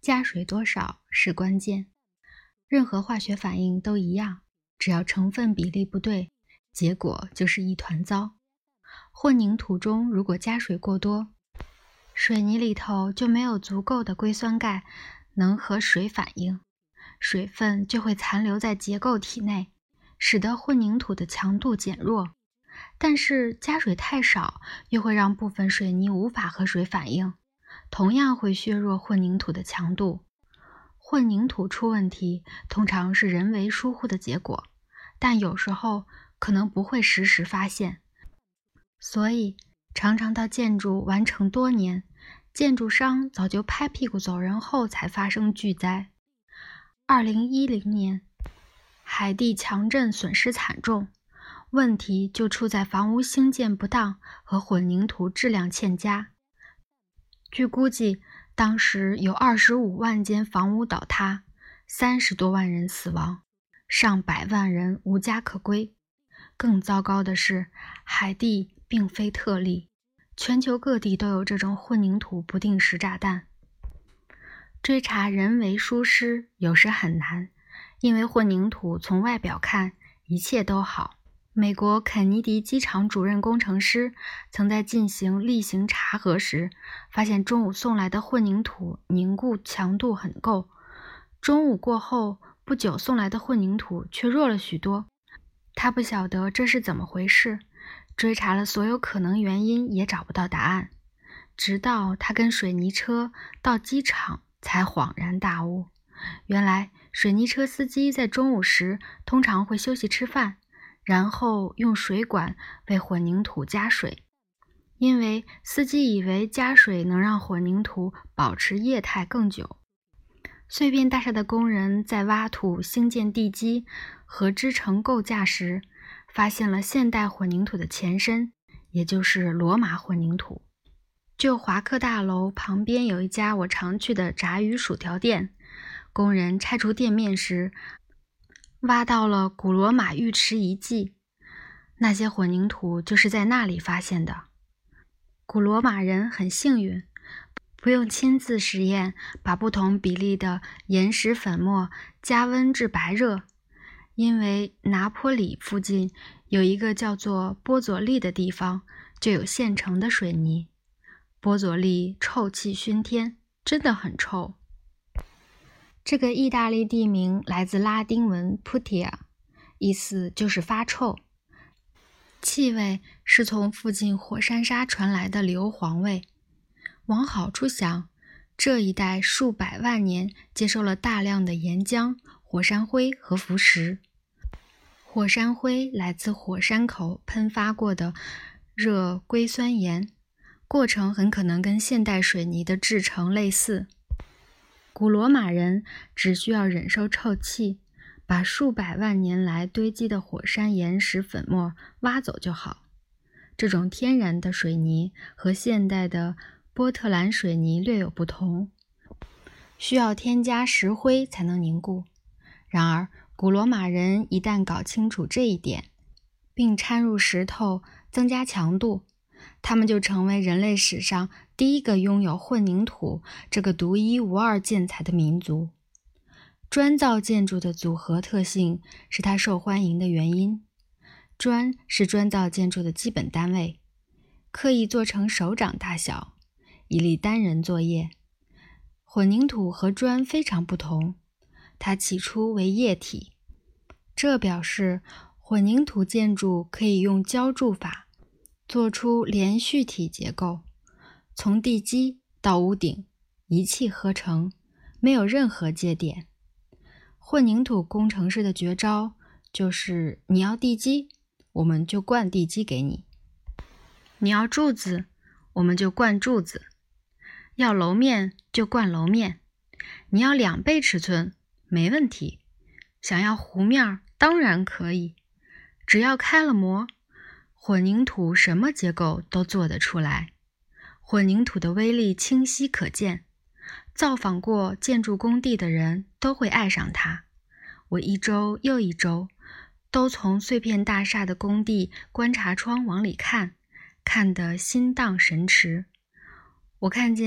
加水多少是关键。任何化学反应都一样，只要成分比例不对，结果就是一团糟。混凝土中如果加水过多，水泥里头就没有足够的硅酸钙能和水反应，水分就会残留在结构体内，使得混凝土的强度减弱。但是加水太少，又会让部分水泥无法和水反应，同样会削弱混凝土的强度。混凝土出问题，通常是人为疏忽的结果，但有时候可能不会实时发现。所以常常到建筑完成多年，建筑商早就拍屁股走人后才发生巨灾。2010年，海地强震损失惨重，问题就出在房屋兴建不当和混凝土质量欠佳。据估计，当时有25万间房屋倒塌，30多万人死亡，上百万人无家可归。更糟糕的是，海地并非特例，全球各地都有这种混凝土不定时炸弹。追查人为疏失有时很难，因为混凝土从外表看一切都好。美国肯尼迪机场主任工程师曾在进行例行查核时，发现中午送来的混凝土凝固强度很够，中午过后不久送来的混凝土却弱了许多。他不晓得这是怎么回事，追查了所有可能原因也找不到答案，直到他跟水泥车到机场才恍然大悟。原来水泥车司机在中午时通常会休息吃饭，然后用水管为混凝土加水，因为司机以为加水能让混凝土保持液态更久。碎片大厦的工人在挖土兴建地基和支撑构架时，发现了现代混凝土的前身，也就是罗马混凝土。就华科大楼旁边有一家我常去的炸鱼薯条店，工人拆除店面时挖到了古罗马浴池遗迹，那些混凝土就是在那里发现的。古罗马人很幸运，不用亲自实验把不同比例的岩石粉末加温至白热，因为拿坡里附近有一个叫做波佐利的地方，就有现成的水泥。波佐利臭气熏天，真的很臭。这个意大利地名来自拉丁文 putia， 意思就是发臭，气味是从附近火山沙传来的硫磺味。往好处想，这一带数百万年接受了大量的岩浆、火山灰和浮石。火山灰来自火山口喷发过的热硅酸盐，过程很可能跟现代水泥的制成类似。古罗马人只需要忍受臭气，把数百万年来堆积的火山岩石粉末挖走就好。这种天然的水泥和现代的波特兰水泥略有不同，需要添加石灰才能凝固。然而，古罗马人一旦搞清楚这一点，并掺入石头增加强度，他们就成为人类史上第一个拥有混凝土这个独一无二建材的民族。砖造建筑的组合特性是它受欢迎的原因。砖是砖造建筑的基本单位，刻意做成手掌大小，以利单人作业。混凝土和砖非常不同，它起初为液体，这表示混凝土建筑可以用浇筑法做出连续体结构，从地基到屋顶一气呵成，没有任何接点。混凝土工程师的绝招就是你要地基，我们就灌地基给你；你要柱子，我们就灌柱子；要楼面就灌楼面；你要2倍尺寸，没问题；想要弧面，当然可以。只要开了模，混凝土什么结构都做得出来。混凝土的威力清晰可见，造访过建筑工地的人都会爱上它。我一周又一周都从碎片大厦的工地观察窗往里看，看得心荡神驰。我看见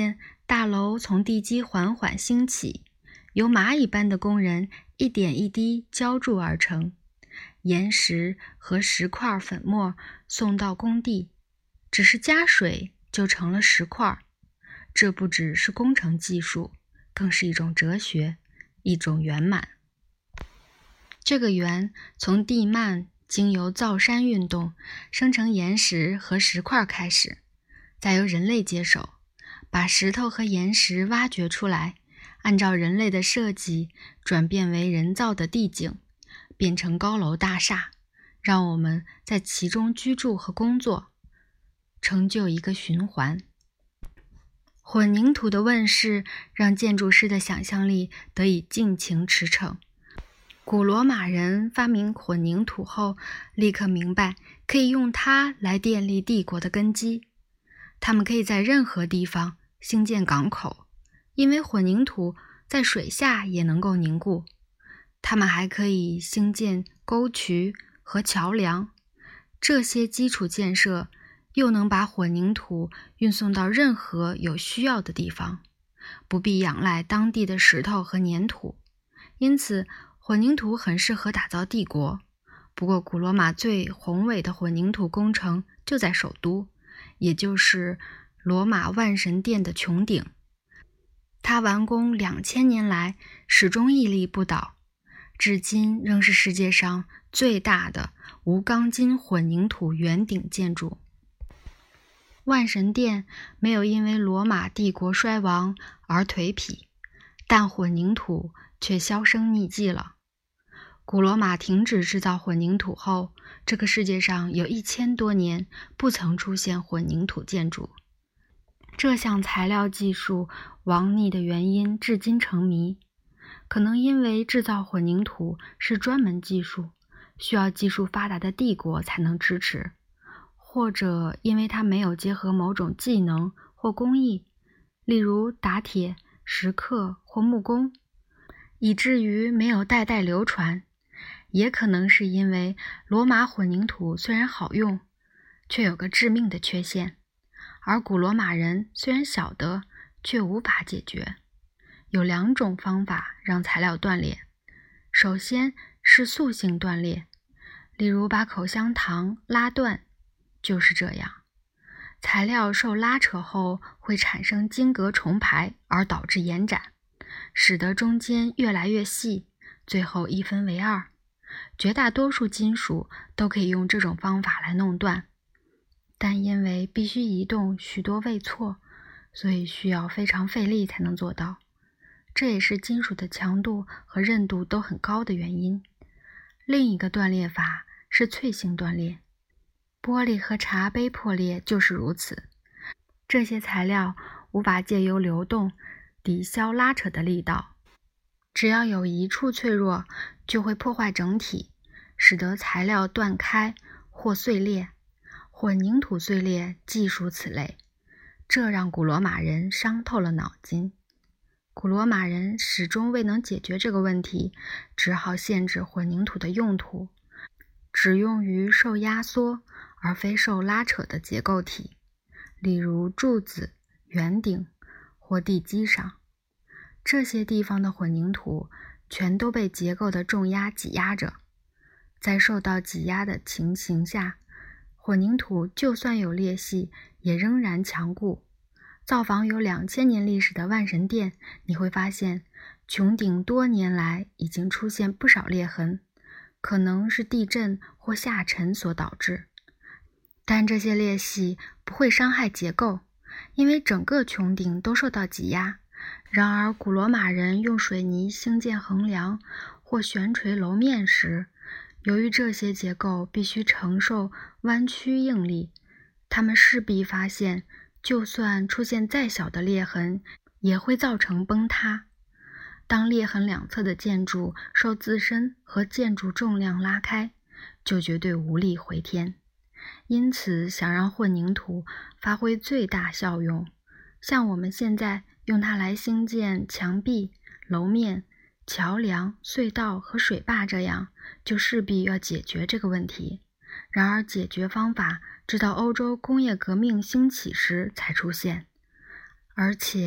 大楼从地基缓缓兴起，由蚂蚁般的工人一点一滴浇筑而成，岩石和石块粉末送到工地，只是加水就成了石块。这不只是工程技术，更是一种哲学，一种圆满。这个圆从地幔经由造山运动生成岩石和石块开始，再由人类接手，把石头和岩石挖掘出来，按照人类的设计转变为人造的地景，变成高楼大厦，让我们在其中居住和工作，成就一个循环。混凝土的问世让建筑师的想象力得以尽情驰骋。古罗马人发明混凝土后，立刻明白可以用它来奠立帝国的根基。他们可以在任何地方兴建港口，因为混凝土在水下也能够凝固。他们还可以兴建沟渠和桥梁，这些基础建设又能把混凝土运送到任何有需要的地方，不必仰赖当地的石头和粘土。因此，混凝土很适合打造帝国。不过，古罗马最宏伟的混凝土工程就在首都，也就是罗马万神殿的穹顶。它完工2000年来始终屹立不倒，至今仍是世界上最大的无钢筋混凝土圆顶建筑。万神殿没有因为罗马帝国衰亡而颓圮，但混凝土却销声匿迹了。古罗马停止制造混凝土后，这个世界上有1000多年不曾出现混凝土建筑。这项材料技术亡匿的原因至今成谜，可能因为制造混凝土是专门技术，需要技术发达的帝国才能支持，或者因为它没有结合某种技能或工艺，例如打铁、石刻或木工，以至于没有代代流传。也可能是因为罗马混凝土虽然好用，却有个致命的缺陷，而古罗马人虽然晓得，却无法解决。有2种方法让材料断裂，首先是塑性断裂，例如把口香糖拉断，就是这样。材料受拉扯后会产生晶格重排，而导致延展，使得中间越来越细，最后一分为二。绝大多数金属都可以用这种方法来弄断，但因为必须移动许多位错，所以需要非常费力才能做到。这也是金属的强度和韧度都很高的原因。另一个断裂法是脆性断裂，玻璃和茶杯破裂就是如此。这些材料无法借由流动抵消拉扯的力道，只要有一处脆弱，就会破坏整体，使得材料断开或碎裂。混凝土碎裂即属此类，这让古罗马人伤透了脑筋。古罗马人始终未能解决这个问题，只好限制混凝土的用途，只用于受压缩而非受拉扯的结构体，例如柱子、圆顶或地基上。这些地方的混凝土全都被结构的重压挤压着，在受到挤压的情形下，混凝土就算有裂隙，也仍然强固。造访有2000年历史的万神殿，你会发现穹顶多年来已经出现不少裂痕，可能是地震或下沉所导致。但这些裂隙不会伤害结构，因为整个穹顶都受到挤压。然而，古罗马人用水泥兴建横梁或悬垂楼面时，由于这些结构必须承受弯曲应力，他们势必发现，就算出现再小的裂痕，也会造成崩塌。当裂痕两侧的建筑受自身和建筑重量拉开，就绝对无力回天。因此，想让混凝土发挥最大效用，像我们现在用它来兴建墙壁、楼面、桥梁、隧道和水坝这样，就势必要解决这个问题。然而，解决方法直到欧洲工业革命兴起时才出现，而且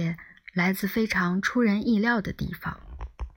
来自非常出人意料的地方。